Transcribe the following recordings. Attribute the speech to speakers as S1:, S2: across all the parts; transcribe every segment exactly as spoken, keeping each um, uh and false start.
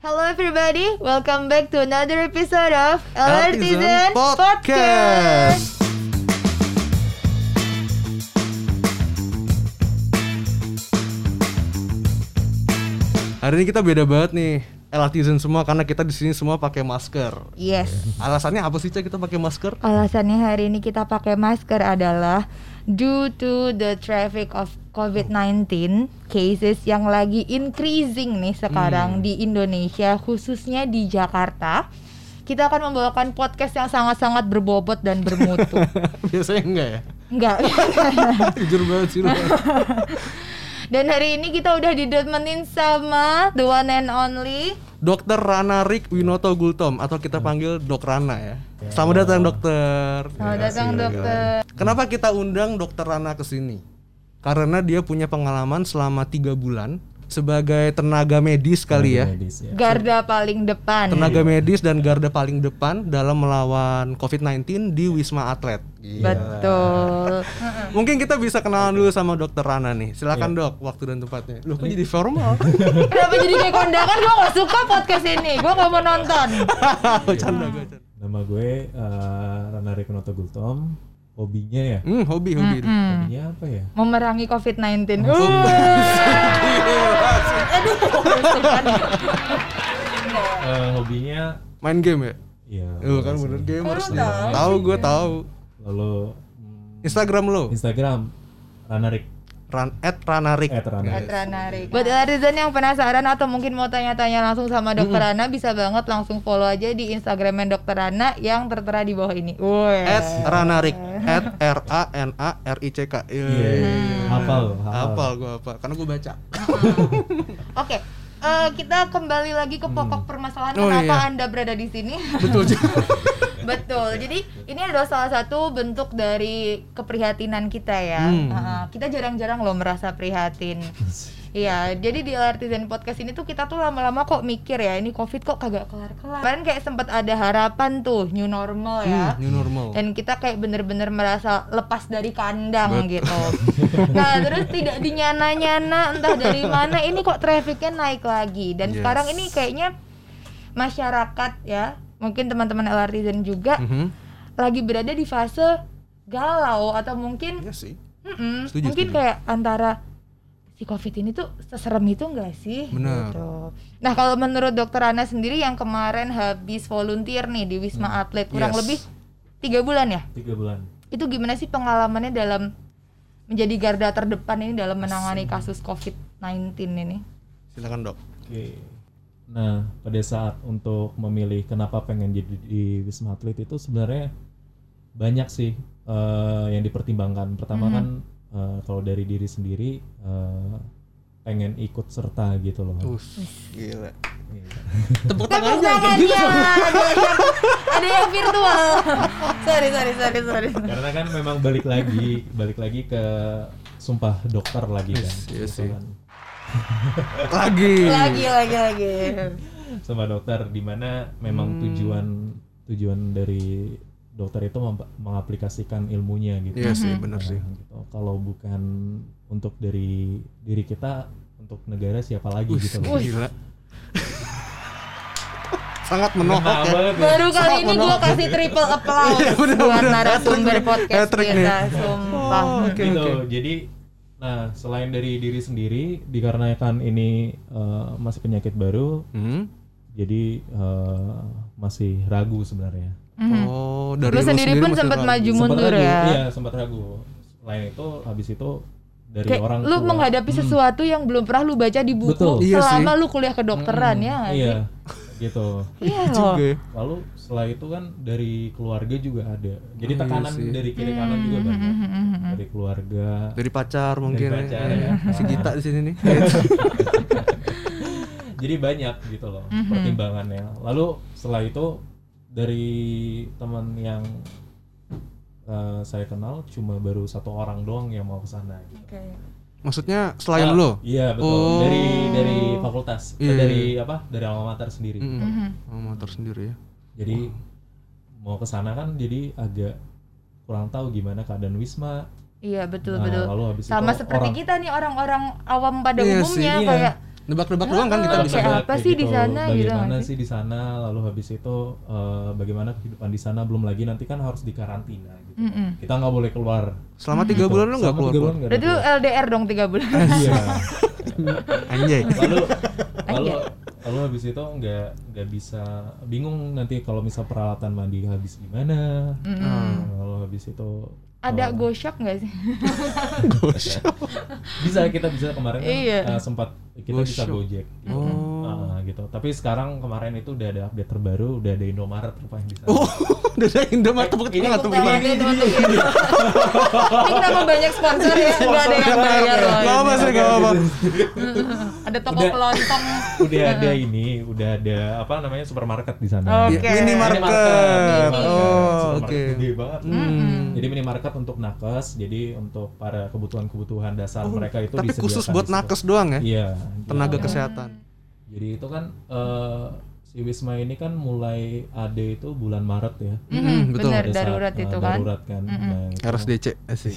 S1: Hello everybody, welcome back to another episode of Alertizen
S2: Podcast.
S1: Podcast.
S2: Hari ini kita beda banget nih, Alertizen semua karena kita di sini semua pakai masker.
S1: Yes.
S2: Alasannya apa sih, Ca, kita pakai masker?
S1: Alasannya hari ini kita pakai masker adalah due to the traffic of covid nineteen cases yang lagi increasing nih sekarang
S2: Hmm.
S1: di Indonesia, khususnya di Jakarta. Kita akan membawakan podcast yang sangat-sangat berbobot dan bermutu.
S2: Biasanya enggak ya?
S1: Enggak.
S2: Jujur banget sih lu.
S1: Dan hari ini kita udah ditemenin sama the one and only
S2: Dokter Rana Rik Winoto Gultom atau kita panggil Dok Rana ya. Selamat datang dokter.
S1: Selamat datang dokter.
S2: Kenapa kita undang Dokter Rana ke sini? Karena dia punya pengalaman selama tiga bulan sebagai tenaga medis kali ya.
S3: Medis, ya.
S1: Garda paling depan.
S2: Tenaga medis dan garda paling depan dalam melawan covid sembilan belas di Wisma Atlet.
S1: Betul.
S2: Mungkin kita bisa kenalan dulu sama Dokter Rana nih. Silakan Dok, waktu dan tempatnya. Loh, kok jadi formal?
S1: Kenapa jadi kayak kondangan? Gue gak suka podcast ini. Gue gak mau nonton.
S2: Bercanda gue.
S3: Nama gue uh, Rana Rik Winoto Gultom. Hobinya ya?
S2: Hmm, hobi hobi.
S3: Hobinya apa ya?
S1: Memerangi covid sembilan belas.
S2: Oh,
S1: Aduh.
S3: Uh, hobinya
S2: main game ya?
S3: ya.
S2: Lu kan bener gamers.
S1: Lu tahu
S2: Tahu gue tahu.
S3: Lalu hmm,
S2: Instagram lo?
S3: Instagram Rana Rik.
S2: Ran at Rana Rik.
S3: Eh, Rana Rik.
S1: Menarik. Buat netizen yang penasaran atau mungkin mau tanya-tanya langsung sama Dokter Rana, bisa banget langsung follow aja di Instagramnya Dokter Rana yang tertera di bawah ini. Woi.
S2: At Rana Rik. At R A N A R I C K.
S3: Iya. Hafal,
S2: Hafal gue apa? Karena gue baca.
S1: Oke. eh, kita kembali lagi ke pokok permasalahan
S2: Oh,
S1: kenapa
S2: iya.
S1: Anda berada di sini.
S2: Betul juga.
S1: Betul. Jadi ini adalah salah satu bentuk dari keprihatinan kita ya.
S2: Hmm.
S1: Uh, kita jarang-jarang loh merasa prihatin. Iya, jadi di Alertizen Podcast ini tuh kita tuh lama-lama kok mikir ya, ini Covid kok kagak kelar-kelar. Kemarin kayak sempat ada harapan tuh new normal ya.
S2: Hmm, new normal.
S1: Dan kita kayak bener-bener merasa lepas dari kandang
S2: Bet-
S1: gitu. Nah, terus tidak dinyana-nyana entah dari mana ini kok trafficnya naik lagi. Dan
S2: Yes.
S1: sekarang ini kayaknya masyarakat ya, mungkin teman-teman Alertizen juga
S2: Mhm.
S1: lagi berada di fase galau atau mungkin
S2: Iya sih.
S1: mm-mm,
S2: Setuju,
S1: mungkin
S2: setuju.
S1: kayak antara si Covid ini tuh seserem itu enggak sih?
S2: Benar.
S1: Gitu. Nah, kalau menurut Dokter Rana sendiri yang kemarin habis volunteer nih di Wisma Atlet kurang
S2: Yes.
S1: lebih tiga bulan ya?
S3: Tiga bulan.
S1: Itu gimana sih pengalamannya dalam menjadi garda terdepan ini dalam menangani kasus covid sembilan belas ini?
S2: Silakan Dok.
S3: Oke. Nah, pada saat untuk memilih kenapa pengen jadi di Wisma Atlet itu sebenarnya banyak sih eh, yang dipertimbangkan. Pertama kan eh, kalau dari diri sendiri eh, pengen ikut serta gitu loh.
S2: Us, gila.
S3: Iya.
S2: Tepuk
S1: Tepuk
S2: tangannya.
S1: tangannya, ada yang, ada yang virtual. sorry, sorry, sorry, sorry.
S3: Karena kan memang balik lagi, balik lagi ke sumpah dokter lagi kan.
S2: Yes, iya
S3: gitu
S2: sih.
S3: kan.
S2: Lagi.
S1: Lagi, lagi, lagi.
S3: Sumpah dokter di mana memang
S2: Hmm.
S3: tujuan tujuan dari dokter itu mem- mengaplikasikan ilmunya gitu.
S2: Iya sih, benar
S3: Nah,
S2: sih.
S3: gitu. Kalau bukan untuk dari diri kita, untuk negara siapa lagi
S2: Us,
S3: gitu loh.
S2: gila. Sangat menohok
S3: Kena
S2: ya.
S3: banget ya.
S1: Baru kali
S2: Sangat
S1: ini gue
S2: menolak.
S1: kasih triple applause
S2: Iya, bener,
S1: buat
S2: bener.
S1: narasumber
S2: Hat-trick nih.
S1: podcast
S2: Hat-trick nih.
S1: kita, sumpah.
S2: Oh, oke,
S3: gitu.
S2: oke.
S3: Jadi, nah selain dari diri sendiri, dikarenakan ini eh, masih penyakit baru,
S2: Hmm.
S3: jadi eh, masih ragu sebenarnya.
S1: Mhm.
S2: Oh, dari
S1: Lu sendiri pun
S2: masih
S1: sempat
S2: ragu.
S1: maju
S3: Sempat
S1: mundur
S3: ragu,
S1: ya.
S3: Iya, sempat ragu. Selain itu, habis itu dari
S1: Kayak
S3: orang
S1: lu
S3: tua.
S1: menghadapi
S3: Hmm.
S1: sesuatu yang belum pernah lu baca di buku
S3: Betul.
S2: Iya
S1: selama
S2: sih.
S1: lu kuliah kedokteran ya nggak sih?
S3: Iya, gitu.
S1: Iya loh.
S2: juga ya.
S3: Lalu setelah itu kan dari keluarga juga ada. Jadi
S2: Oh, iya
S3: tekanan
S2: sih.
S3: dari kiri kanan juga banyak. Dari keluarga.
S2: Dari pacar mungkin
S3: Dari pacar,
S2: ya.
S3: ya.
S2: Si Gita di sini nih.
S3: Jadi banyak gitu loh
S1: Mhm.
S3: pertimbangannya. Lalu setelah itu dari teman yang uh, saya kenal cuma baru satu orang doang yang mau ke sana. Gitu.
S1: Oke.
S2: Maksudnya selain
S3: Ah,
S2: lo?
S3: Iya betul.
S2: Oh.
S3: Dari dari fakultas, eh,
S2: Iya,
S3: dari
S2: iya.
S3: apa? Dari alma mater sendiri.
S2: Mm.
S1: Mhm.
S2: Oh, motor sendiri ya.
S3: Jadi mau ke sana kan jadi agak kurang tahu gimana keadaan Wisma.
S1: Iya betul
S3: Nah,
S1: betul.
S3: lalu habis
S1: Sama
S3: itu
S1: seperti
S3: orang-
S1: kita nih orang-orang awam pada
S2: Iya
S1: umumnya
S2: sih,
S3: iya.
S1: kayak
S2: Nebak-nebak doang kan kita
S1: Ah,
S2: bisa.
S1: kayak
S3: Nebak
S1: apa
S3: kayak
S1: sih di sana gitu
S3: bagaimana
S1: nggak sih?
S3: sih di sana, lalu habis itu eh, bagaimana kehidupan di sana, belum lagi nanti kan harus dikarantina gitu.
S1: Mm-mm.
S3: Kita nggak boleh keluar.
S2: Selama tiga
S3: Gitu.
S2: bulan lu nggak
S3: Selama
S2: keluar.
S3: tiga bulan
S2: keluar.
S3: nggak ada
S1: Berarti lu
S3: keluar.
S1: L D R dong tiga bulan.
S3: Iya.
S2: Anjay.
S3: lalu lalu
S1: Anjay.
S3: lalu habis itu nggak nggak bisa, bingung nanti kalau misal peralatan mandi habis gimana.
S1: Mm-mm.
S3: Lalu habis itu
S1: Ada
S3: eh,
S1: go shop nggak sih?
S3: bisa kita bisa kemarin kan
S1: Iya.
S3: eh, sempat kita
S2: Go
S3: bisa
S2: shop.
S3: Gojek gitu.
S2: Oh.
S3: Ah, gitu. Tapi sekarang kemarin itu udah ada update terbaru, udah ada Indomaret rupanya di sana.
S2: Oh, udah ada Indomaret tepuk
S3: Ini
S2: tangan,
S1: Tepuk
S2: tepuk
S1: tangan
S2: tangan.
S1: ya teman-teman. Ini kenapa banyak sponsor ya? Nggak ada yang bayar loh.
S2: Gak apa sih, gak apa.
S1: Ada toko
S3: Udah.
S1: kelontong.
S3: Udah ada ini, udah ada apa namanya supermarket di sana.
S1: Oke.
S2: Minimarket.
S3: Minimarket.
S2: Oh,
S3: Supermarket
S2: oke.
S3: gede banget.
S1: Mm-mm.
S3: Jadi minimarket untuk nakes, jadi untuk para kebutuhan-kebutuhan dasar mereka itu
S2: Oh, Tapi
S3: disediakan
S2: khusus
S3: di
S2: buat
S3: situ.
S2: nakes doang ya?
S3: Iya.
S2: Tenaga
S3: gitu.
S2: kesehatan.
S3: Jadi itu kan eh, si Wisma ini kan mulai ada itu bulan Maret ya.
S1: Mm-mm,
S2: betul.
S1: benar
S3: Pada saat,
S1: darurat
S3: eh,
S1: itu kan.
S3: Darurat kan. Nah, itu
S2: R S D C asik.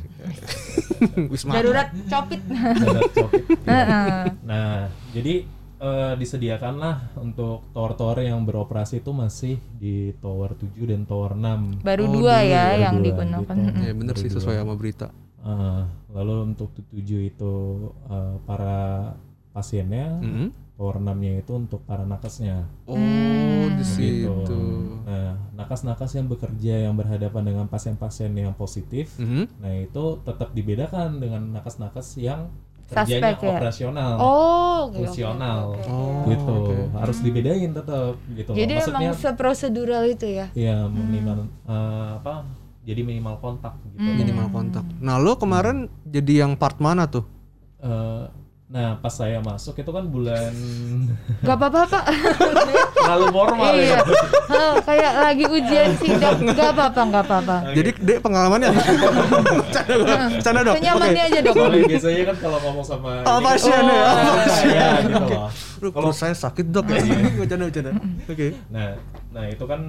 S2: Wisma.
S1: Darurat copit.
S3: darurat Covid.
S1: Heeh.
S3: Nah, jadi eh, disediakanlah untuk tower-tower yang beroperasi itu masih di tower tujuh dan tower enam.
S1: Baru
S2: Oh,
S1: dua
S2: dulu
S1: ya
S3: ya,
S1: yang
S3: dua,
S1: digunakan.
S3: gitu.
S1: Mm-mm.
S2: Ya bener sih
S3: Berdua.
S2: sesuai sama berita.
S3: Eh, lalu untuk tujuh itu eh, para pasiennya,
S2: Mm-mm.
S3: tower enam-nya itu untuk para nakesnya.
S2: Oh,
S1: Hmm.
S2: di
S3: Gitu.
S2: situ.
S3: Nah, nakes-nakes yang bekerja yang berhadapan dengan pasien-pasien yang positif,
S2: Mhm.
S3: nah itu tetap dibedakan dengan nakes-nakes yang kerjanya
S1: Suspek ya?
S3: operasional.
S1: Oh, oke, oke,
S3: Fungsional.
S1: oke, oke.
S2: Oh,
S3: Gitu,
S2: oke.
S3: harus dibedain tetap gitu.
S1: Jadi
S3: Maksudnya,
S1: emang seprosedural itu ya?
S3: ya minimal eh, apa? Jadi minimal kontak gitu.
S1: Hmm.
S2: Minimal kontak. Nah, lo kemarin jadi yang part mana tuh?
S3: Eh, nah, pas saya masuk itu kan bulan
S1: Gak apa-apa pak.
S3: terlalu formal
S1: Iya.
S3: ya.
S1: Hah, kayak lagi ujian sidang. Gak apa-apa, gak apa-apa.
S2: Jadi dek pengalamannya Canda dok, canda dok.
S1: Senyamannya aja dok.
S3: Soalnya biasanya kan kalau ngomong sama
S2: Oh,
S3: ini kan-
S2: pasien ya.
S3: Oh,
S2: Oh,
S3: saya gitu loh.
S2: Aduh, perut saya sakit dok ya. Bercanda bercanda. Oke.
S3: Nah, nah itu kan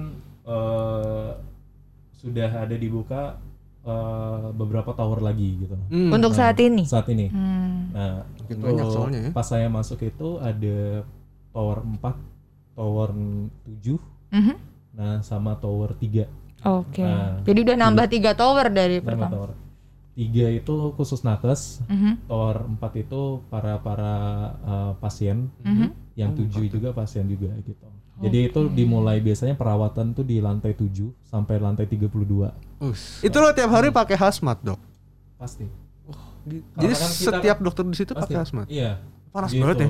S3: eh, sudah ada dibuka eh, beberapa tower lagi gitu.
S2: Hmm.
S1: Untuk saat ini.
S3: Saat ini.
S1: Hmm.
S3: Nah,
S2: Makin
S3: itu
S2: banyak soalnya ya.
S3: pas saya masuk itu ada tower empat, tower tujuh,
S1: Mhm.
S3: nah sama tower tiga.
S1: Oke.
S3: Nah,
S1: Jadi udah nambah tiga tower dari
S3: Nama
S1: pertama.
S3: tower. tiga itu khusus nakes,
S1: Mhm.
S3: tower empat itu para para uh, pasien,
S1: Mhm.
S3: yang
S2: Oh,
S3: tujuh juga pasien juga gitu. Jadi itu dimulai biasanya perawatan tuh di lantai tujuh sampai lantai tiga puluh dua
S2: Us. Itu lo tiap hari pakai hazmat dok.
S3: pasti.
S2: Jadi
S3: kan kita
S2: setiap dokter di situ
S3: Pasti.
S2: pakai hazmat.
S3: Iya.
S2: Panas
S3: Gitu.
S2: banget ya.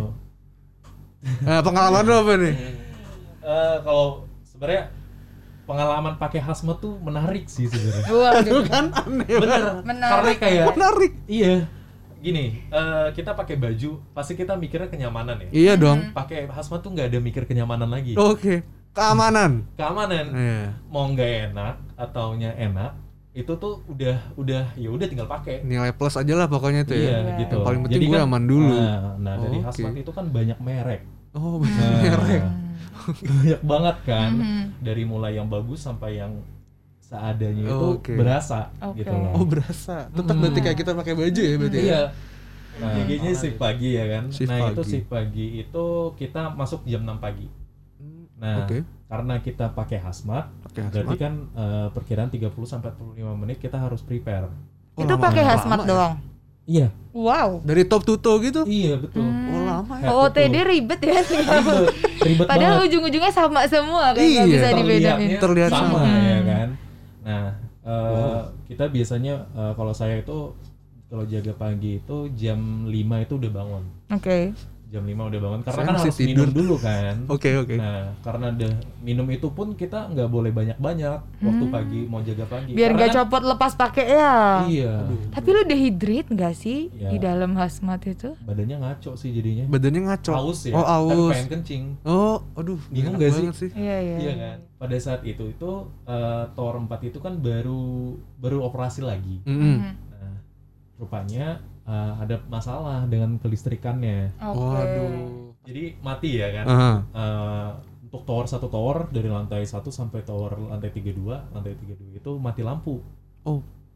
S2: Nah, pengalaman lo apa nih?
S3: Eh, kalau sebenarnya pengalaman pakai hazmat tuh menarik sih sebenarnya.
S1: Waduh.
S2: Kan aneh
S3: Bener.
S2: banget.
S1: Menarik.
S3: Karena kayak
S2: Menarik.
S3: iya. Gini, eh, kita pakai baju pasti kita mikirnya kenyamanan ya.
S2: Iya dong.
S3: Pakai hazmat tuh nggak ada mikir kenyamanan lagi.
S2: Oke. Keamanan.
S3: Keamanan.
S2: Iya.
S3: Mau nggak enak ataunya enak, itu tuh udah udah ya udah tinggal pakai.
S2: Nilai plus aja lah pokoknya itu
S3: Iya,
S2: ya.
S3: gitu.
S2: Yang paling penting
S3: Jadi
S2: gue
S3: kan-
S2: aman dulu.
S3: Nah, nah dari
S2: Oke.
S3: hazmat itu kan banyak merek.
S2: Oh,
S3: Nah,
S2: merek.
S3: banyak banget kan.
S1: Mhm.
S3: Dari mulai yang bagus sampai yang seadanya itu
S2: Oke.
S3: berasa
S1: Oke.
S3: gitu loh.
S2: Oh, berasa. Tetap
S3: Hmm.
S2: berarti kayak kita pakai baju ya berarti ya.
S3: Iya. Nah, giginya shift pagi ya kan.
S2: Shift
S3: nah, itu
S2: pagi.
S3: shift pagi itu kita masuk jam enam pagi. Nah,
S2: Oke.
S3: karena kita pakai hazmat,
S2: Pakai
S3: berarti
S2: hazmat.
S3: kan eh, perkiraan tiga puluh sampai empat puluh lima menit kita harus prepare.
S2: Oh,
S1: Itu
S2: lama-
S1: pakai
S2: lama
S1: hazmat
S2: ya?
S1: doang.
S3: Iya.
S1: Wow.
S2: Dari top to toe gitu.
S3: Iya, betul.
S2: Oh, lama ya.
S3: Head
S1: O
S3: to
S1: T D
S3: toe.
S1: ribet ya.
S3: Ribet, ribet
S1: Padahal
S3: banget.
S1: ujung-ujungnya sama semua kan, nggak
S2: Iya.
S1: bisa dibedain.
S3: Terlihatnya
S2: Terlihat
S3: sama,
S2: sama.
S3: ya kan. Nah, eh,
S2: Wow.
S3: kita biasanya eh, kalau saya itu kalau jaga pagi itu jam lima itu udah bangun.
S1: Oke.
S3: Jam lima udah bangun karena
S2: Saya
S3: kan
S2: masih
S3: harus minum
S2: tidur.
S3: dulu kan.
S2: Oke, oke.
S3: Nah, karena udah minum itu pun kita nggak boleh banyak-banyak waktu pagi mau jaga pagi.
S1: Biar
S3: Karena
S1: nggak
S3: kan-
S1: copot lepas pakai ya.
S3: Iya.
S1: Tapi lu dehydrate nggak sih
S3: Iya.
S1: di dalam hazmat itu?
S3: Badannya ngaco sih jadinya.
S2: Badannya ngaco.
S3: Aus ya.
S2: Oh,
S3: Tapi
S2: aus.
S3: pengen kencing.
S2: Oh, aduh.
S3: Bingung
S2: enak
S3: nggak sih?
S2: banget sih?
S1: Iya iya.
S3: Iya kan. Pada saat itu itu eh, tower empat itu kan baru baru operasi lagi.
S2: Mm-mm.
S1: Mhm.
S3: Nah, rupanya eh, ada masalah dengan kelistrikannya.
S1: Oke.
S2: Waduh.
S3: Jadi mati ya kan.
S2: Aha.
S3: Eh, untuk tower satu tower dari lantai satu sampai tower lantai tiga puluh dua, lantai tiga puluh dua itu mati lampu.
S2: Oh,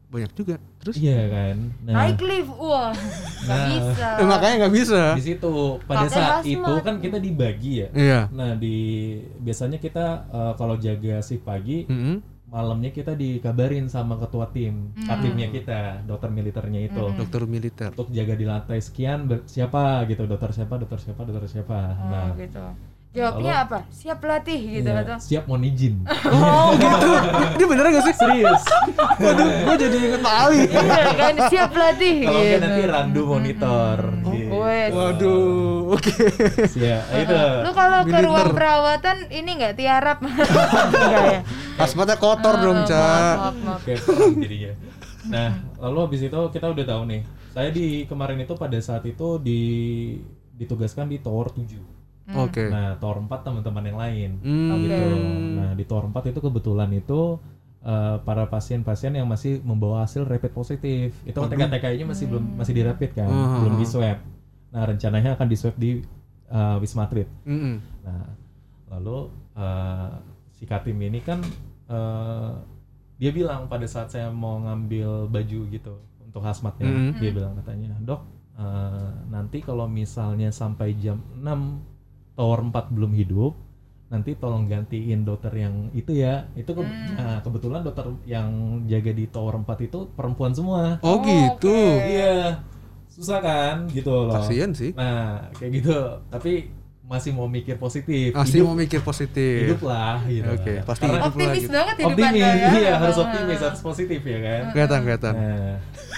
S2: banyak juga. Terus?
S3: Iya kan. Nah,
S1: Naik lift, wah nggak
S3: Nah.
S1: bisa.
S2: Eh, makanya nggak bisa.
S3: di situ pada
S1: Pakai
S3: saat
S1: hazmat.
S3: itu kan kita dibagi ya.
S2: Iya.
S3: Nah, di biasanya kita eh, kalau jaga shift pagi,
S2: Mm-mm.
S3: malamnya kita dikabarin sama ketua tim, katimnya kita, dokter militernya itu.
S2: Dokter militer.
S3: Untuk jaga di lantai sekian ber- siapa gitu, dokter siapa, dokter siapa, dokter siapa.
S1: Oh,
S3: nah,
S1: gitu. Jawabnya apa? Siap pelatih gitu
S3: iya,
S1: atau?
S3: siap mohon izin.
S2: Oh gitu. Dia beneran gak sih?
S3: Serius.
S2: Waduh, gue jadi inget Bali.
S1: Iya kan, siap pelatih
S3: Kalau
S1: gitu.
S3: enggak nanti randu monitor. gitu.
S1: Wes.
S2: Waduh, oke.
S3: Siap, itu.
S1: Lu kalau ke
S2: Militer.
S1: ruang perawatan ini nggak tiarap? Enggak ya?
S2: Asmatnya kotor dong, Ca.
S1: Maaf, maaf.
S3: Kayak perang jadinya. Nah, lalu habis itu kita udah tahu nih. Saya di kemarin itu pada saat itu di ditugaskan di tower tujuh.
S2: Oke.
S3: Nah, tower empat teman-teman yang lain.
S2: Hmm.
S3: Gitu. Nah, di tower empat itu kebetulan itu eh, para pasien-pasien yang masih membawa hasil rapid positif. Itu kan T K T K-nya masih belum masih di rapid kan,
S2: Hmm.
S3: belum di swab. Nah, rencananya akan di swab di eh, Wisma Atlet.
S2: Mm-mm.
S3: Nah, lalu eh, si Katim ini kan eh, dia bilang pada saat saya mau ngambil baju gitu untuk hazmatnya,
S2: Mhm.
S3: dia bilang katanya, "Dok, eh, nanti kalau misalnya sampai jam enam tower empat belum hidup, nanti tolong gantiin dokter yang itu ya." Itu ke- nah, kebetulan dokter yang jaga di tower empat itu perempuan semua.
S2: Oh gitu.
S3: Iya. Susah kan gitu loh.
S2: Kasian sih.
S3: Nah, kayak gitu. Tapi masih mau mikir positif.
S2: Masih
S3: Hidup-
S2: mau mikir positif.
S3: hidup lah gitu.
S2: Oke,
S3: kan.
S2: pasti
S3: Karena
S2: hidup
S1: Optimis
S2: lagi.
S1: banget hidup
S3: optimis,
S1: Anda ya.
S3: iya harus optimis, harus positif ya kan.
S2: Kelihatan, kelihatan.
S3: Nah,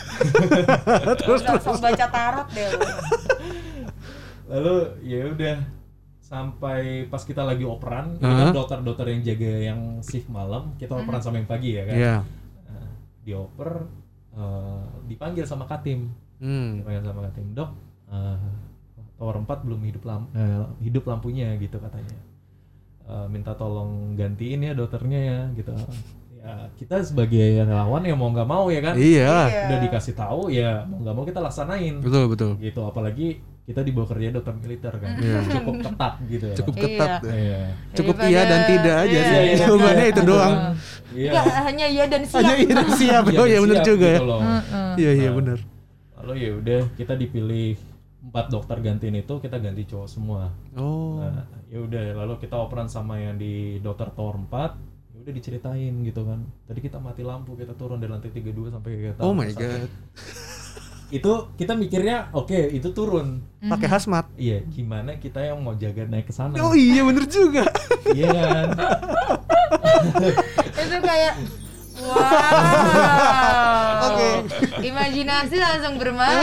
S1: Terus langsung baca tarot deh lu.
S3: lalu ya udah sampai pas kita lagi operan, itu
S2: Uh-huh.
S3: kan dokter-dokter yang jaga yang shift malam, kita operan sama yang pagi ya kan.
S2: Iya.
S3: Nah, dioper, eh, dipanggil sama Katim,
S2: Hmm.
S3: dipanggil sama Katim, "Dok, eh, tower empat belum hidup lam- eh, hidup lampunya," gitu katanya. "Eh, minta tolong gantiin ya dokternya ya," gitu. Ya kita sebagai relawan ya mau nggak mau ya kan.
S2: Iya.
S1: Iya.
S3: Udah dikasih tahu ya mau nggak mau kita laksanain.
S2: Betul, betul.
S3: Gitu, apalagi kita dibawa kerja dokter militer kan.
S2: Iya.
S3: Cukup ketat gitu ya.
S2: Cukup
S1: Iya.
S2: ketat. ya.
S3: Iya.
S2: Cukup
S1: Daripada-
S2: iya dan tidak aja
S1: Iya,
S2: sih.
S3: iya,
S2: Jawabannya
S3: iya.
S2: itu doang.
S3: Iya.
S1: Enggak, hanya iya dan siap.
S2: Hanya iya dan siap. Oh iya benar
S3: siap
S2: juga ya.
S3: gitu loh.
S1: Heeh.
S2: Iya, iya
S3: Nah,
S2: benar.
S3: Lalu ya udah kita dipilih empat dokter gantiin itu, kita ganti cowok semua.
S2: Oh.
S3: Nah, ya udah lalu kita operan sama yang di dokter tower empat, ya udah diceritain gitu kan. Tadi kita mati lampu, kita turun dari lantai tiga puluh dua sampai ke
S2: Oh my
S3: satu.
S2: god.
S3: Itu kita mikirnya oke, itu turun.
S2: Pakai hazmat.
S3: Iya, gimana kita yang mau jaga naik ke sana?
S2: Oh iya bener juga.
S3: Iya kan?
S1: Itu kayak wow.
S2: Oke.
S1: Imajinasi langsung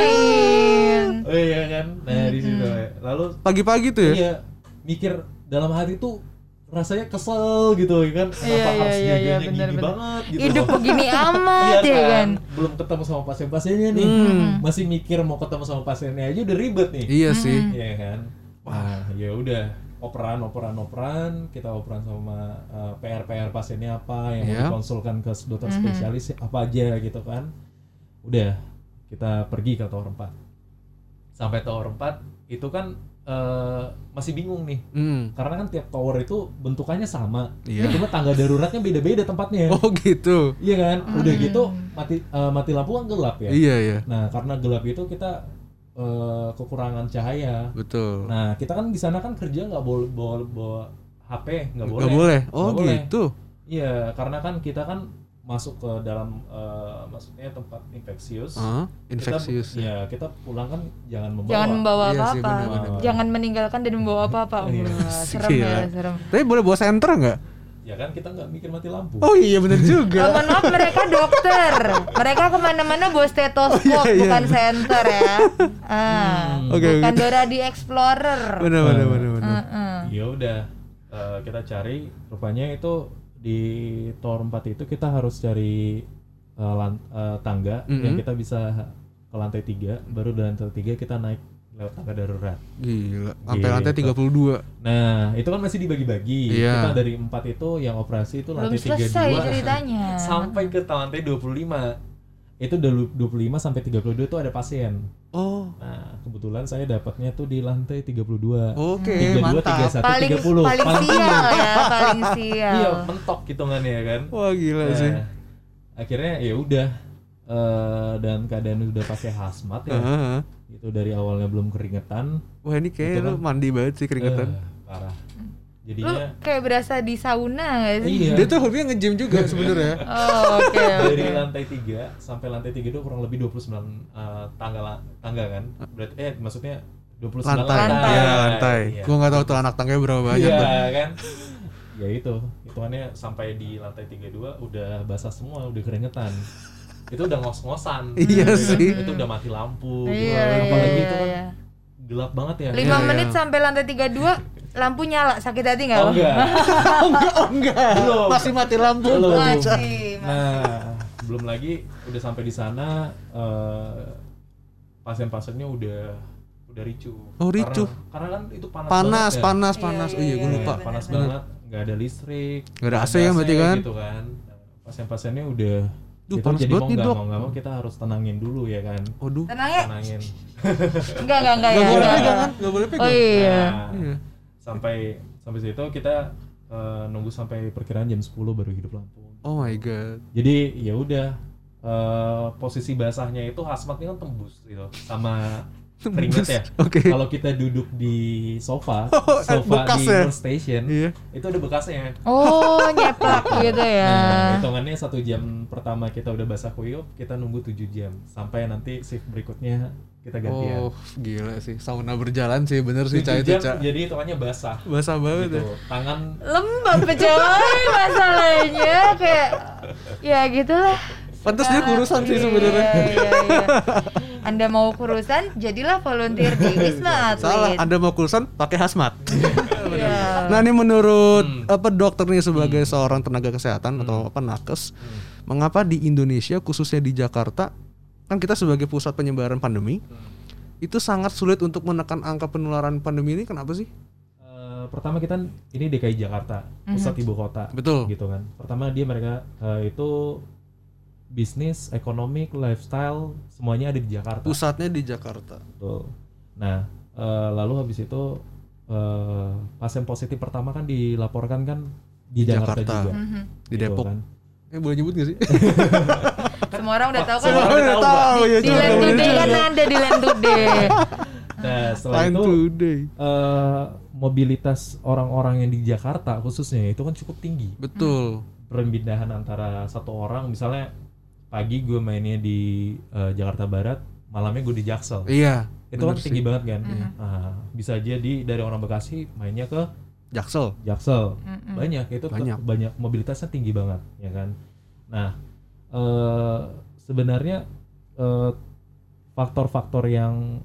S1: bermain.
S3: Oh iya kan? Nah, di situ. ya. Lalu
S2: Pagi-pagi tuh ya.
S3: iya, mikir dalam hati tuh rasanya kesel gitu ya kan. Kenapa
S1: Iya, iya,
S3: harus
S1: iya, iya,
S3: jaganya
S1: bener,
S3: gini
S1: bener.
S3: banget gitu.
S1: Hidup
S3: loh.
S1: begini amat
S3: Iya
S1: ya kan.
S3: Belum ketemu sama pasien-pasiennya nih. Masih mikir mau ketemu sama pasiennya aja udah ribet nih.
S2: Iya sih.
S3: Iya kan? Wah, ya udah operan operan operan kita operan sama uh, P R P R pasiennya apa yang
S2: Iya.
S3: mau dikonsulkan ke dokter spesialis apa aja gitu kan. Udah kita pergi ke tower empat. Sampai tower empat itu kan uh, masih bingung nih.
S2: Hmm.
S3: Karena kan tiap tower itu bentukannya sama.
S2: Iya.
S3: Cuma tangga daruratnya beda-beda tempatnya.
S2: Oh gitu.
S3: Iya kan? Udah gitu mati uh, mati lampu kan gelap ya.
S2: Iya iya.
S3: Nah, karena gelap itu kita uh, kekurangan cahaya.
S2: Betul.
S3: Nah, kita kan di sana kan kerja nggak boleh bawa, bawa H P, nggak boleh.
S2: Gak boleh. Oh
S3: Nggak boleh.
S2: gitu.
S3: Iya, karena kan kita kan masuk ke dalam uh, maksudnya tempat infeksius.
S2: Ah,
S3: Kita-
S2: infeksius.
S3: Iya, kita pulang kan jangan membawa.
S1: Jangan membawa
S2: Iya sih,
S1: apa-apa.
S2: benar-benar.
S1: Jangan meninggalkan dan membawa apa-apa.
S3: Iya.
S1: Wah, serem
S2: Gila.
S1: ya, serem.
S2: Tapi boleh bawa senter nggak?
S3: Ya kan kita nggak mikir mati lampu.
S2: Oh iya bener
S1: Oh,
S2: juga.
S1: mohon maaf, mereka dokter. Mereka kemana-mana bawa stetoskop,
S2: Oh, iya, iya.
S1: bukan senter ya. Ah,
S3: Hmm.
S2: Oke,
S1: bukan
S2: oke.
S1: Dora di Explorer.
S2: Bener bener bener bener.
S1: Heeh.
S3: Ya udah, eh, kita cari. Rupanya itu di tower empat itu kita harus cari eh, lan- eh, tangga
S2: Mhm.
S3: yang kita bisa ke lantai tiga. Baru dari lantai tiga kita naik lewat tangga darurat.
S2: Gila. Sampai
S3: Gitu.
S2: lantai tiga puluh dua.
S3: Nah, itu kan masih dibagi-bagi.
S2: Iya.
S3: Kita dari empat itu yang operasi itu
S1: Belum
S3: lantai tiga puluh
S1: selesai
S3: dua
S1: ceritanya.
S3: sampai ke lantai dua puluh lima. Itu dari dua puluh lima sampai tiga puluh dua itu ada pasien.
S2: Oh.
S3: Nah, kebetulan saya dapatnya tuh di lantai tiga puluh dua.
S2: Oke,
S3: tiga puluh dua, tiga puluh
S2: mantap.
S3: satu,
S1: Paling
S3: tiga puluh.
S1: paling sial ya, paling sial.
S3: Iya, mentok hitungannya kan.
S2: Wah gila
S3: Nah,
S2: sih.
S3: akhirnya ya udah uh, dan keadaan udah pakai hazmat ya.
S2: Heeh.
S3: Itu dari awalnya belum keringetan.
S2: Wah ini kayak
S3: Itu
S2: lu
S3: kan-
S2: mandi banget sih keringetan.
S3: Eh, parah.
S1: Lu
S3: Jadinya
S1: kayak berasa di sauna gak sih?
S3: iya.
S2: Dia tuh hobinya nge-gym juga sebenarnya.
S1: Oh, oke oke.
S3: Dari lantai tiga sampai lantai tiga itu kurang lebih dua puluh sembilan uh, tangga la- tangga kan. Berarti eh maksudnya dua puluh sembilan
S2: Lantai.
S1: Lantai.
S2: Iya, lantai.
S3: Iya.
S2: Gua enggak tahu tuh anak tangganya berapa banyak
S3: Iya
S2: tuh.
S3: kan. Ya itu, hitungannya sampai di lantai tiga puluh dua udah basah semua, udah keringetan. Itu udah ngos-ngosan.
S2: Iya
S3: gitu kan.
S2: sih.
S3: Itu udah mati lampu. gitu.
S1: Iya,
S3: Apalagi
S1: iya,
S3: itu kan
S1: iya.
S3: gelap banget ya.
S1: lima
S2: Iya,
S1: menit
S2: iya.
S1: sampai lantai tiga puluh dua lampu nyala, sakit hati enggak?
S3: Oh enggak.
S2: Oh enggak, oh enggak.
S3: Belum.
S2: Masih mati lampu.
S3: Belum.
S1: Masih, masih.
S3: Nah, belum lagi udah sampai di sana eh, pasien-pasiennya udah udah ricuh.
S2: Oh, ricuh.
S3: Karena, karena kan itu panas,
S2: Panas,
S3: banget ya.
S2: panas,
S1: Iya,
S2: panas. Oh
S1: iya,
S2: iya, gue
S1: iya,
S2: lupa.
S1: benar,
S3: panas
S1: benar.
S3: banget, nggak ada listrik,
S2: Nggak ada A C ya berarti kan?
S3: gitu kan. Nah, pasien-pasiennya udah
S2: Duh,
S3: gitu,
S2: panas
S3: jadi
S2: banget
S3: mau
S2: nih,
S3: nggak
S2: Dok.
S3: mau nggak mau kita harus tenangin dulu ya kan.
S2: Waduh.
S1: Tenang ya?
S3: Tenangin.
S1: Enggak, enggak, enggak ya.
S2: Gak boleh
S1: enggak.
S2: pegang kan? Gak boleh pegang.
S1: Oh iya.
S3: Nah,
S2: Iya.
S3: sampai sampai situ kita eh, nunggu sampai perkiraan jam sepuluh baru hidup lampu.
S2: Oh my god.
S3: Jadi ya udah eh, posisi basahnya itu hazmatnya kan tembus gitu sama keringet ya.
S2: Oke.
S3: Kalau kita duduk di sofa,
S2: Oh,
S3: sofa
S2: bekas
S3: di
S2: ya?
S3: workstation,
S2: Iya.
S3: itu ada bekasnya.
S1: Oh, nyeplak gitu ya.
S3: Nah, hitungannya satu jam pertama kita udah basah kuyup, kita nunggu tujuh jam sampai nanti shift berikutnya kita gantian.
S2: Oh, gila sih. Sauna berjalan sih, bener sih, Ca
S3: tujuh
S2: itu,
S3: jam,
S2: Ca.
S3: jadi hitungannya basah.
S2: Basah banget
S3: Gitu.
S2: ya.
S3: Tangan
S1: Lembab coy masalahnya kayak ya gitulah.
S2: Pantes dia kurusan sih
S1: Iya,
S2: sebenarnya.
S1: Iya, iya. Anda mau kurusan, jadilah volunteer di Wisma Atlet.
S2: Salah, Anda mau kurusan pakai hazmat.
S1: Iya.
S2: Nah, ini menurut
S3: Hmm.
S2: apa dokter nih sebagai seorang tenaga kesehatan atau apa nakes,
S3: Hmm.
S2: mengapa di Indonesia khususnya di Jakarta kan kita sebagai pusat penyebaran pandemi itu sangat sulit untuk menekan angka penularan pandemi ini, kenapa sih?
S3: Eh, pertama kita ini D K I Jakarta, pusat ibu kota.
S2: Betul.
S3: Gitu kan. Pertama dia mereka eh, itu bisnis, ekonomi, lifestyle semuanya ada di Jakarta.
S2: Pusatnya di Jakarta.
S3: Betul. Nah, eh, lalu habis itu eh, pasien positif pertama kan dilaporkan kan di,
S2: Di
S3: Jakarta,
S2: Jakarta.
S3: juga.
S1: Mhm.
S2: Di
S3: Gitu
S2: Depok.
S3: kan.
S2: Eh boleh nyebut gak sih?
S1: Semua orang udah tahu kan.
S3: Semua orang
S2: Udah
S3: tahu,
S2: tahu ya,
S1: Di
S2: cuma
S1: Land
S2: boleh
S1: Today kan
S2: juga.
S1: ada di Land Today.
S3: Nah, setelah
S2: Line
S3: itu
S2: Today.
S3: eh, mobilitas orang-orang yang di Jakarta khususnya itu kan cukup tinggi.
S2: Betul.
S3: Perpindahan antara satu orang, misalnya pagi gue mainnya di eh, Jakarta Barat, malamnya gue di Jaksel.
S2: Iya.
S3: Itu kan
S2: bener
S3: tinggi
S2: sih.
S3: banget kan.
S1: Mhm.
S3: Nah, bisa jadi dari orang Bekasi mainnya ke
S2: Jaksel.
S3: Jaksel.
S1: Mhm.
S3: Banyak itu ke-
S2: Banyak.
S3: banyak mobilitasnya tinggi banget ya kan. Nah, eh, sebenarnya eh, faktor-faktor yang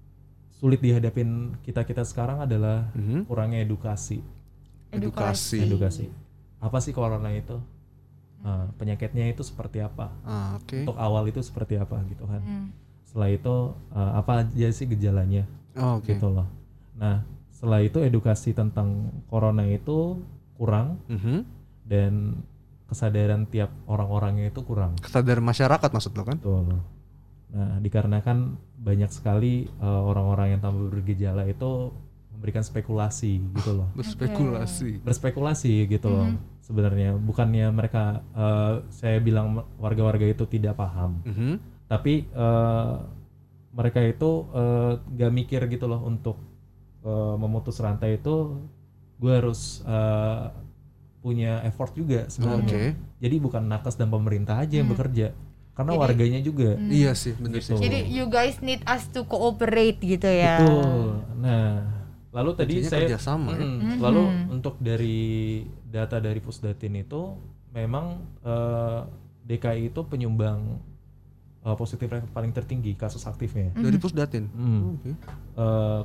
S3: sulit dihadapin kita-kita sekarang adalah
S2: Mhm.
S3: kurangnya edukasi.
S2: Edukasi.
S3: Edukasi. Apa sih corona itu? Nah, penyakitnya itu seperti apa?
S2: Ah, oke.
S3: Untuk awal itu seperti apa gitu kan.
S1: Hmm.
S3: Setelah itu eh, apa aja sih gejalanya
S2: Oh, oke.
S3: gitu loh. Nah, setelah itu edukasi tentang corona itu kurang
S2: Mhm.
S3: dan kesadaran tiap orang-orangnya itu kurang.
S2: Kesadaran masyarakat maksud lo kan?
S3: Betul. Nah, dikarenakan banyak sekali eh, orang-orang yang tanpa bergejala itu memberikan spekulasi gitu loh.
S2: Berspekulasi.
S3: Berspekulasi gitu loh. Sebenarnya bukannya mereka eh, saya bilang warga-warga itu tidak paham,
S2: Mhm.
S3: tapi eh, mereka itu eh, nggak mikir gitu loh untuk eh, memutus rantai itu gue harus eh, punya effort juga
S2: Oke.
S3: sebenarnya. Jadi bukan nakes dan pemerintah aja yang bekerja, karena
S1: Jadi-
S3: warganya juga.
S2: Iya sih, bener
S3: Gitu.
S2: sih.
S1: Jadi you guys need us to cooperate gitu ya.
S3: Betul. Nah, lalu tadi
S2: Kuncinya
S3: saya
S2: kerjasama ya.
S3: Mm, lalu untuk dari data dari Pusdatin itu memang eh, D K I itu penyumbang eh, positif rate paling tertinggi kasus aktifnya.
S2: Dari Pusdatin.
S3: Hmm.
S2: Oke.
S3: Eh,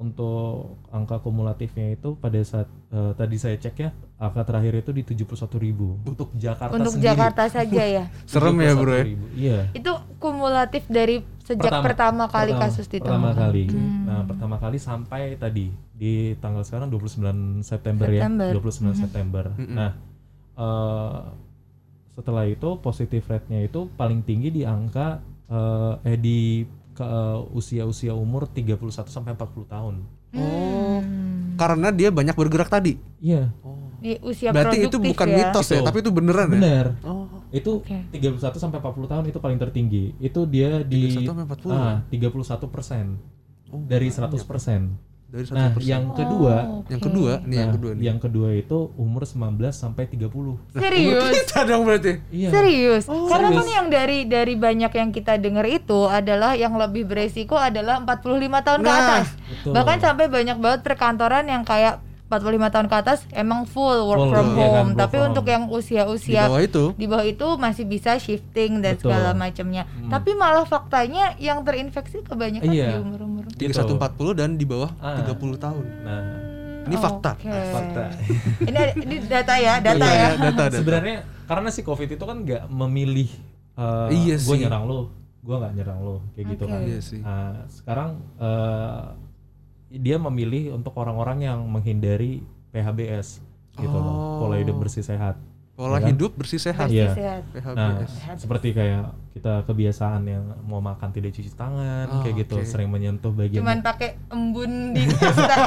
S3: untuk angka kumulatifnya itu pada saat eh, tadi saya cek ya, angka terakhir itu di tujuh puluh satu ribu untuk Jakarta
S1: Untuk
S3: sendiri.
S1: Jakarta saja ya.
S2: Serem ya, Bro ya.
S3: tujuh puluh satu ribu. Iya.
S1: Itu kumulatif dari sejak pertama, kali
S3: pertama-
S1: kasus ditemukan.
S3: pertama kali. Nah, pertama kali sampai tadi di tanggal sekarang dua puluh sembilan September,
S1: September.
S3: ya. dua puluh sembilan September. Nah, eh, setelah itu positif rate-nya itu paling tinggi di angka eh, eh di ke eh, usia-usia umur tiga puluh satu sampai empat puluh tahun.
S2: Oh.
S1: Hmm.
S2: Karena dia banyak bergerak tadi.
S3: Iya,
S1: Di usia
S2: Berarti itu
S1: produktif
S2: bukan
S1: ya.
S2: mitos ya,
S3: Itu.
S2: tapi itu beneran ya?
S3: benar.
S2: Oh.
S3: Itu
S1: Oke.
S3: tiga puluh satu sampai empat puluh tahun itu paling tertinggi. Itu dia di
S2: tiga puluh satu sampai empat puluh.
S3: ah, tiga puluh satu persen
S2: Oh,
S3: dari seratus persen.
S2: dari
S3: Nah,
S2: seratus persen.
S3: yang kedua,
S1: Oh,
S2: Yang
S1: oke.
S2: kedua, nih yang
S3: nah,
S2: kedua nih.
S3: yang kedua itu umur sembilan belas sampai tiga puluh.
S1: Serius?
S2: Kita dong berarti.
S3: Iya.
S1: Serius? Karena
S3: serius.
S1: kan yang dari dari banyak yang kita dengar itu adalah yang lebih beresiko adalah empat puluh lima tahun ke
S2: Nah,
S1: atas.
S3: betul.
S1: Bahkan sampai banyak banget perkantoran yang kayak empat puluh lima tahun ke atas emang full work
S3: Full,
S1: from
S3: iya kan,
S1: home.
S3: work
S1: Tapi
S3: from
S1: untuk
S3: home.
S1: yang usia-usia
S2: Di bawah itu.
S1: di bawah itu masih bisa shifting dan
S3: Betul.
S1: segala macamnya.
S3: Hmm.
S1: Tapi malah faktanya yang terinfeksi kebanyakan
S3: Iya.
S1: di umur-umur.
S2: tiga puluh satu empat puluh dan di bawah
S3: Ah.
S2: tiga puluh tahun.
S3: Nah,
S2: Ini fakta.
S1: Oke.
S3: fakta.
S1: Ini, ini data ya, data
S2: Iya,
S1: ya.
S2: iya, data, data.
S3: Sebenarnya karena si COVID itu kan nggak memilih uh,
S2: Iya
S3: gue
S2: sih.
S3: nyerang lo, gue nggak nyerang lo, kayak gitu
S1: Oke.
S3: kan.
S2: Iya sih.
S3: Nah, sekarang uh, dia memilih untuk orang-orang yang menghindari P H B S gitu
S2: Oh.
S3: loh, pola hidup bersih sehat.
S2: Pola
S3: Ya kan?
S2: hidup bersih sehat.
S1: Bersih
S3: Iya.
S1: sehat.
S2: P H B
S3: Nah,
S2: S.
S3: seperti kayak kita kebiasaan yang mau makan tidak cuci tangan,
S2: Oh,
S3: kayak gitu,
S2: oke.
S3: sering menyentuh bagian
S1: Cuman pakai embun di teh.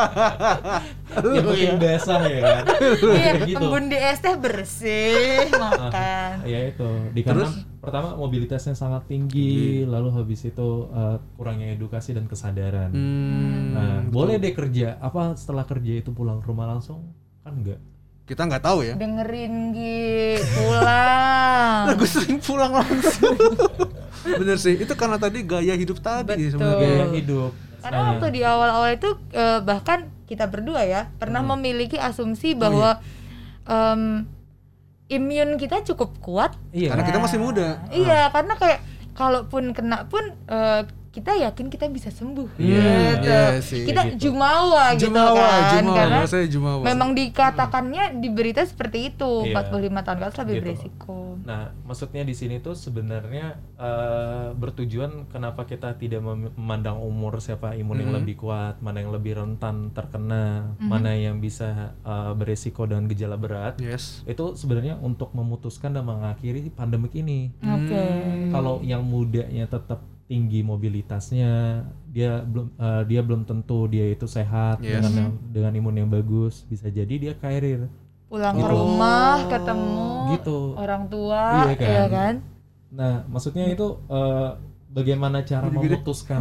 S3: yang penting basah ya kan.
S1: Iya,
S3: Kayak gitu.
S1: embun di es teh bersih makan.
S3: Ya itu, dikarenakan
S2: Terus?
S3: pertama mobilitasnya sangat tinggi, lalu habis itu uh, kurangnya edukasi dan kesadaran.
S2: Hmm,
S3: Nah,
S2: betul.
S3: boleh deh kerja, apa setelah kerja itu pulang ke rumah langsung? Kan enggak.
S2: Kita nggak tahu ya.
S1: Dengerin Gi, pulang.
S2: Aku sering pulang langsung. Bener sih, itu karena tadi gaya hidup tadi
S1: Betul.
S2: sebenarnya.
S3: Gaya hidup.
S1: Karena
S3: Nah,
S1: waktu di awal-awal itu eh, bahkan kita berdua ya pernah
S3: Hmm.
S1: memiliki asumsi
S2: Oh,
S1: bahwa em, imun kita cukup kuat.
S3: iya.
S2: Karena kita masih muda.
S1: Iya, karena kayak kalaupun kena pun eh, kita yakin kita bisa sembuh.
S3: Iya,
S1: gitu.
S2: iya sih,
S1: Kita
S3: gitu.
S1: jumawa, gitu
S2: Jumawa,
S1: kan.
S2: jumawa,
S1: Karena
S2: saya jumawa.
S1: memang dikatakannya di berita seperti itu,
S3: Iya.
S1: empat puluh lima tahun ke atas lebih
S3: Gitu.
S1: beresiko.
S3: Nah, maksudnya di sini tuh sebenarnya eh, bertujuan kenapa kita tidak mem- memandang umur siapa imun yang
S2: Mhm.
S3: lebih kuat, mana yang lebih rentan terkena,
S1: Mhm.
S3: mana yang bisa eh, beresiko dengan gejala berat.
S2: Yes.
S3: Itu sebenarnya untuk memutuskan dan mengakhiri pandemik ini.
S1: Oke.
S2: Hmm.
S3: Kalau yang mudanya tetap tinggi mobilitasnya, dia belum eh, dia belum tentu dia itu sehat
S2: Yes.
S3: dengan yang- dengan imun yang bagus, bisa jadi dia carrier
S1: Pulang
S3: Gitu.
S1: ke rumah ketemu
S3: gitu.
S1: orang tua,
S3: Iya kan?
S1: iya kan?
S3: Nah, maksudnya itu eh, bagaimana cara
S2: Gede-gede.
S3: memutuskan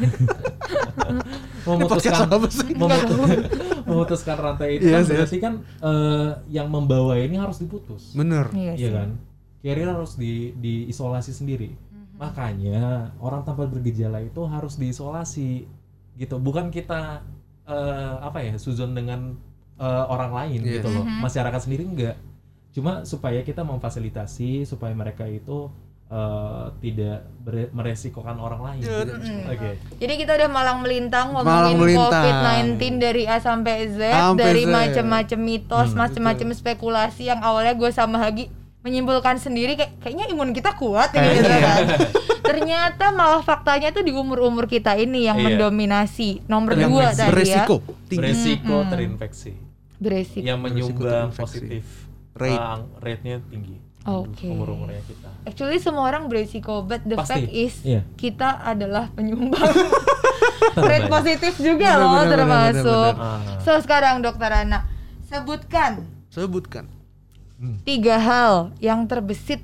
S2: Ini podcast
S3: memutuskan
S2: apa sih?
S3: memutus- memutuskan rantai itu
S2: Iya
S3: kan
S2: sih.
S3: berarti kan eh, yang membawa ini harus diputus.
S2: Bener.
S1: Iya
S3: Iya
S1: sih.
S3: kan? Carrier harus di diisolasi sendiri. Makanya orang tanpa bergejala itu harus diisolasi gitu. Bukan kita eh, apa ya, suzon dengan eh, orang lain
S2: Yes.
S3: gitu loh.
S1: Mhm.
S3: Masyarakat sendiri enggak. Cuma supaya kita memfasilitasi supaya mereka itu eh, tidak bere- meresikokan orang lain.
S2: Iya.
S1: Mm-mm.
S3: Oke.
S1: Jadi kita udah malang melintang
S2: Malang
S1: ngomongin
S2: melintang.
S1: covid sembilan belas dari A sampai Z,
S2: Sampai
S1: dari
S2: Z.
S1: macam-macam mitos,
S3: Hmm,
S1: macam-macam spekulasi yang awalnya gue sama Hagi menyimpulkan sendiri kayak kayaknya imun kita kuat ini gitu
S3: Iya.
S1: kan. Ternyata malah faktanya tuh di umur-umur kita ini yang
S3: Iya.
S1: mendominasi. Nomor
S2: Yang
S1: dua tadi ya.
S2: beresiko tinggi.
S3: Beresiko
S1: Mm-mm.
S3: terinfeksi.
S1: Beresiko.
S3: Yang menyumbang
S2: terinfeksi.
S3: positif.
S2: Rate.
S3: uh, rate-nya tinggi.
S1: Oke.
S3: Umur-umurnya kita.
S1: Actually semua orang beresiko, but the
S3: Pasti.
S1: fact is
S3: Iya.
S1: kita adalah penyumbang rate
S3: Terbanyak.
S1: positif juga
S2: Benar,
S1: loh
S2: benar,
S1: termasuk.
S2: benar,
S3: benar.
S1: So sekarang Dokter Ana, sebutkan
S2: Sebutkan
S1: tiga hal yang terbesit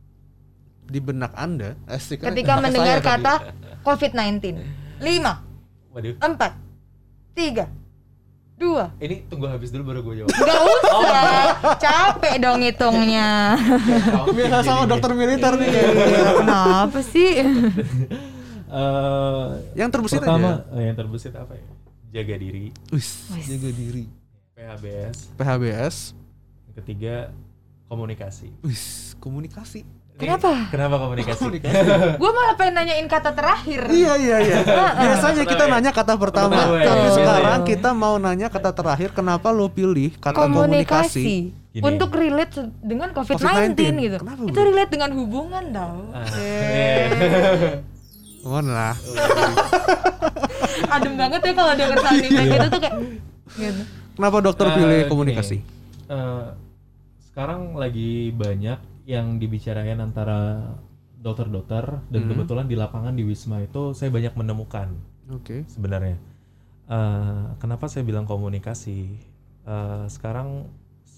S2: di benak Anda asik kan?
S1: ketika
S2: Saya
S1: mendengar
S2: tadi.
S1: kata covid sembilan belas. Lima,
S3: Waduh.
S1: empat, tiga, dua.
S3: Ini tunggu habis dulu baru gue jawab.
S1: Gak usah, capek dong hitungnya.
S2: Biasa sama dokter militer nih.
S1: Iya, kenapa sih?
S3: Eh,
S2: Yang terbesit
S3: pertama eh, yang terbesit apa ya? Jaga diri.
S2: Wis,
S1: Wis.
S2: jaga diri.
S3: P H B S.
S2: P H B S.
S3: Yang ketiga komunikasi.
S2: Wis, komunikasi.
S3: Ini
S1: Kenapa?
S3: Kenapa komunikasi?
S1: Gue malah pengen nanyain kata terakhir.
S2: Iya iya iya. Biasanya kita
S3: Pertama ya?
S2: nanya kata pertama,
S3: Pertama ya?
S2: tapi
S3: Betul.
S2: sekarang kita mau nanya kata terakhir. Kenapa lo pilih kata komunikasi?
S1: Komunikasi
S3: Gini.
S1: untuk relate se- dengan covid sembilan belas
S2: covid sembilan belas.
S1: gitu.
S2: Kenapa,
S1: Itu
S2: Bro?
S1: relate dengan hubungan tau.
S3: Ah,
S1: Eh.
S3: iya.
S2: Mohon lah.
S1: Adem banget ya kalau denger sound effect gitu tuh kayak gitu.
S2: Kenapa dokter
S3: Eh,
S2: pilih
S3: gini,
S2: komunikasi?
S3: eh, sekarang lagi banyak yang dibicarain antara dokter-dokter dan
S2: Hmm.
S3: kebetulan di lapangan di Wisma itu saya banyak menemukan
S2: Oke.
S3: sebenarnya. Eh, kenapa saya bilang komunikasi? Eh, sekarang s-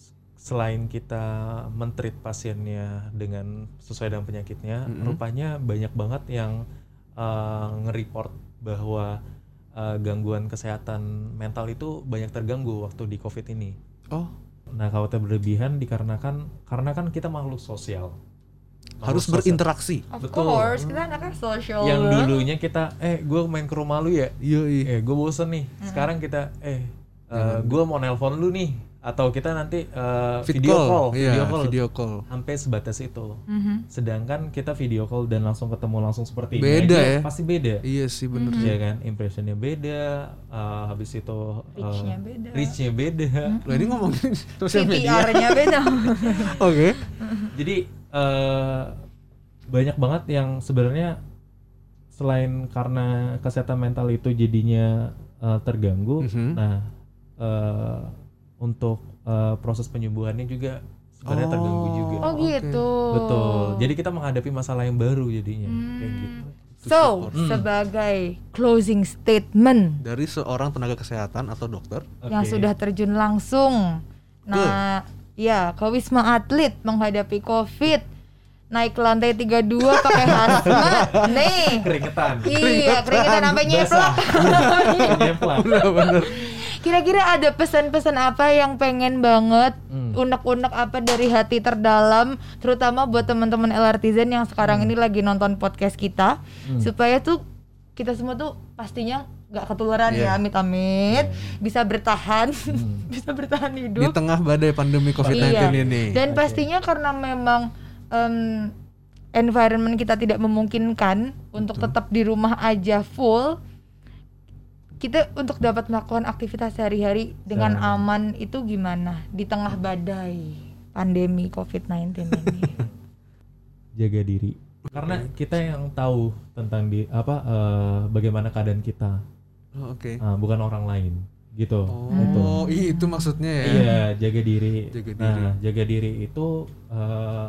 S3: selain kita men-treat pasiennya dengan sesuai dengan penyakitnya, mm-hmm. rupanya banyak banget yang uh, nge-report bahwa uh, gangguan kesehatan mental itu banyak terganggu waktu di COVID ini.
S2: Oh.
S3: Nah, khawatir berlebihan dikarenakan karena kan kita makhluk sosial.
S2: Harus sosial. Berinteraksi.
S1: Of
S3: Betul.
S1: course, kita anaknya sosial.
S3: Yang dulunya kita, eh gue main ke rumah lu ya?
S2: Iya, iya.
S3: Eh gue bosen nih. Mm-hmm. Sekarang kita, eh uh, gue mau nelpon lu nih. Atau kita nanti uh, video call, call,
S2: iya,
S3: video call,
S2: video call,
S3: sampai sebatas itu.
S1: Mm-hmm.
S3: Sedangkan kita video call dan langsung ketemu langsung seperti
S2: beda
S3: ini,
S2: ya?
S3: Pasti beda.
S2: Iya sih benar.
S3: Mm-hmm. Iya kan, impressionnya beda, uh, habis itu uh,
S1: reach-nya beda.
S3: Reach-nya beda.
S2: Mm-hmm. Loh, ini ngomongin sosial media.
S1: C T R-nya beda.
S2: Oke. Okay.
S3: Jadi uh, banyak banget yang sebenarnya selain karena kesehatan mental itu jadinya uh, terganggu, mm-hmm. nah. Uh, untuk uh, proses penyembuhannya juga sebenarnya oh, terganggu juga.
S1: Oh gitu.
S3: Betul. Jadi kita menghadapi masalah yang baru jadinya hmm. kayak gitu.
S1: So, hmm. sebagai closing statement
S2: dari seorang tenaga kesehatan atau dokter
S1: yang
S3: okay.
S1: sudah terjun langsung, nah, uh. ya ke Wisma Atlet menghadapi COVID, naik ke lantai tiga puluh dua pakai hazmat, nih.
S3: Keringetan.
S1: Iya, keringetan sampai nyeplak.
S3: Nyeplak.
S2: Bener-bener.
S1: Kira-kira ada pesan-pesan apa yang pengen banget, hmm. unek-unek apa dari hati terdalam, terutama buat teman-teman L-Artisan yang sekarang hmm. ini lagi nonton podcast kita, hmm. supaya tuh kita semua tuh pastinya nggak ketularan yeah. ya, amit-amit, yeah. bisa bertahan, hmm. bisa bertahan hidup
S2: di tengah badai pandemi covid sembilan belas
S1: iya.
S2: ini.
S1: Dan okay. pastinya karena memang um, environment kita tidak memungkinkan Betul. Untuk tetap di rumah aja full. Kita untuk dapat melakukan aktivitas sehari-hari dengan nah. aman itu gimana di tengah badai pandemi covid sembilan belas ini?
S3: Jaga diri. Karena kita yang tahu tentang di apa uh, bagaimana keadaan kita.
S2: Oh, Oke. Okay.
S3: Uh, bukan orang lain, gitu.
S2: Oh,
S3: gitu.
S2: itu maksudnya ya.
S3: Iya, jaga diri.
S2: Jaga diri.
S3: Nah, jaga diri itu uh,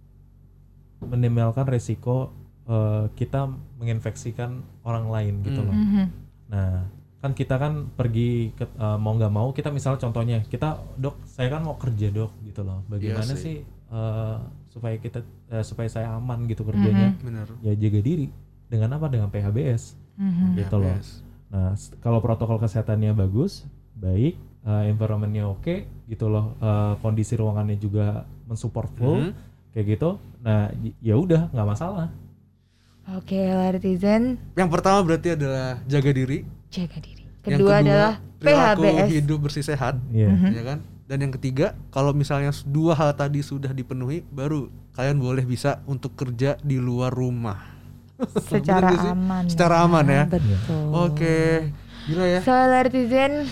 S3: minimalkan resiko uh, kita menginfeksikan orang lain gitu mm. loh. Mm-hmm. Nah, kan kita kan pergi ke, uh, mau nggak mau kita misalnya contohnya kita dok saya kan mau kerja dok gitu loh bagaimana iya sih, sih uh, supaya kita uh, supaya saya aman gitu kerjanya
S2: mm-hmm. Benar.
S3: Ya jaga diri dengan apa dengan P H B S mm-hmm. gitu loh. Nah kalau protokol kesehatannya bagus baik uh, environmentnya oke okay, gitu loh uh, kondisi ruangannya juga mensupport full mm-hmm. kayak gitu nah ya udah nggak masalah.
S1: Oke okay, L-Artisan.
S2: Yang pertama berarti adalah jaga diri.
S1: Jaga diri. Kedua,
S2: kedua
S1: adalah P H B S.
S2: Hidup bersih sehat,
S3: yeah. mm-hmm.
S2: ya kan? Dan yang ketiga, kalau misalnya dua hal tadi sudah dipenuhi, baru kalian boleh bisa untuk kerja di luar rumah.
S1: Secara aman.
S2: Secara aman ya.
S1: Betul.
S2: Oke. Gila ya.
S1: So L-Artisan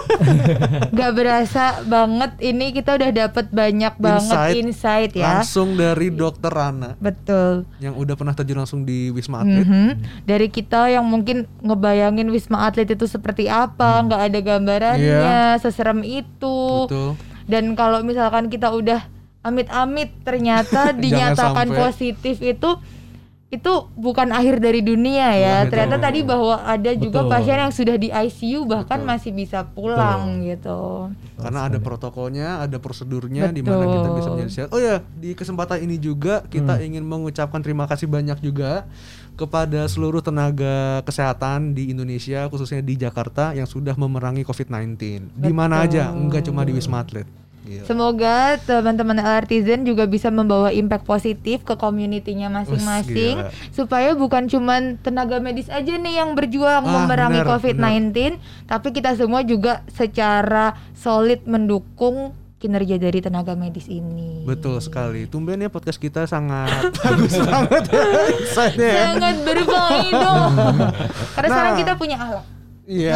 S1: gak berasa banget ini kita udah dapat banyak banget insight, insight ya.
S2: Langsung dari Dokter Rana.
S1: Betul.
S2: Yang udah pernah terjun langsung di Wisma Atlet.
S1: Mm-hmm. Dari kita yang mungkin ngebayangin Wisma Atlet itu seperti apa, nggak hmm. ada gambarannya, yeah. seserem itu.
S2: Betul.
S1: Dan kalau misalkan kita udah amit-amit ternyata dinyatakan positif itu itu bukan akhir dari dunia ya. Betul. Ternyata tadi bahwa ada juga Betul. pasien yang sudah di I C U bahkan Betul. masih bisa pulang Betul. gitu.
S2: Karena ada protokolnya, ada prosedurnya di mana kita bisa menjadi sehat. Oh ya, di kesempatan ini juga kita hmm. ingin mengucapkan terima kasih banyak juga kepada seluruh tenaga kesehatan di Indonesia khususnya di Jakarta yang sudah memerangi covid sembilan belas. Di mana aja, enggak cuma di Wisma Atlet. Gila. Semoga teman-teman L-Artisan juga bisa membawa impact positif ke community-nya masing-masing. Ush, supaya bukan cuman tenaga medis aja nih yang berjuang ah, memerangi bener, covid sembilan belas, bener. Tapi kita semua juga secara solid mendukung kinerja dari tenaga medis ini. Betul sekali. Tumben ya podcast kita sangat bagus banget ya. Sangat berfaedah. Karena nah, sekarang kita punya ahlak. Iya.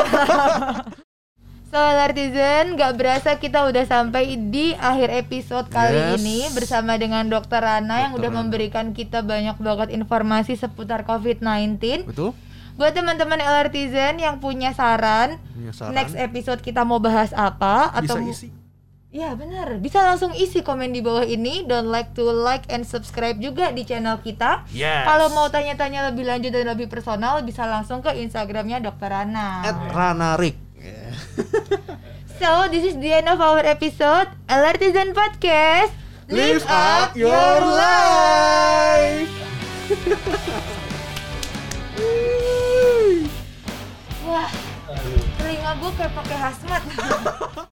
S2: So L-Artisan, gak berasa kita udah sampai di akhir episode kali yes. ini bersama dengan Dokter Rana Dokter yang udah Rana. memberikan kita banyak banget informasi seputar covid sembilan belas. Betul. Buat teman-teman L-Artisan yang punya saran, punya saran, next episode kita mau bahas apa bisa atau isi. Ya benar, bisa langsung isi komen di bawah ini. Don't like to like and subscribe juga di channel kita. Yes. Kalau mau tanya-tanya lebih lanjut dan lebih personal, bisa langsung ke Instagramnya Dokter Rana. at ranarik.
S1: So, this is the end of our episode Elartisan Podcast.
S2: Live up your life.
S1: Wah, telinga gue kayak pakai hazmat.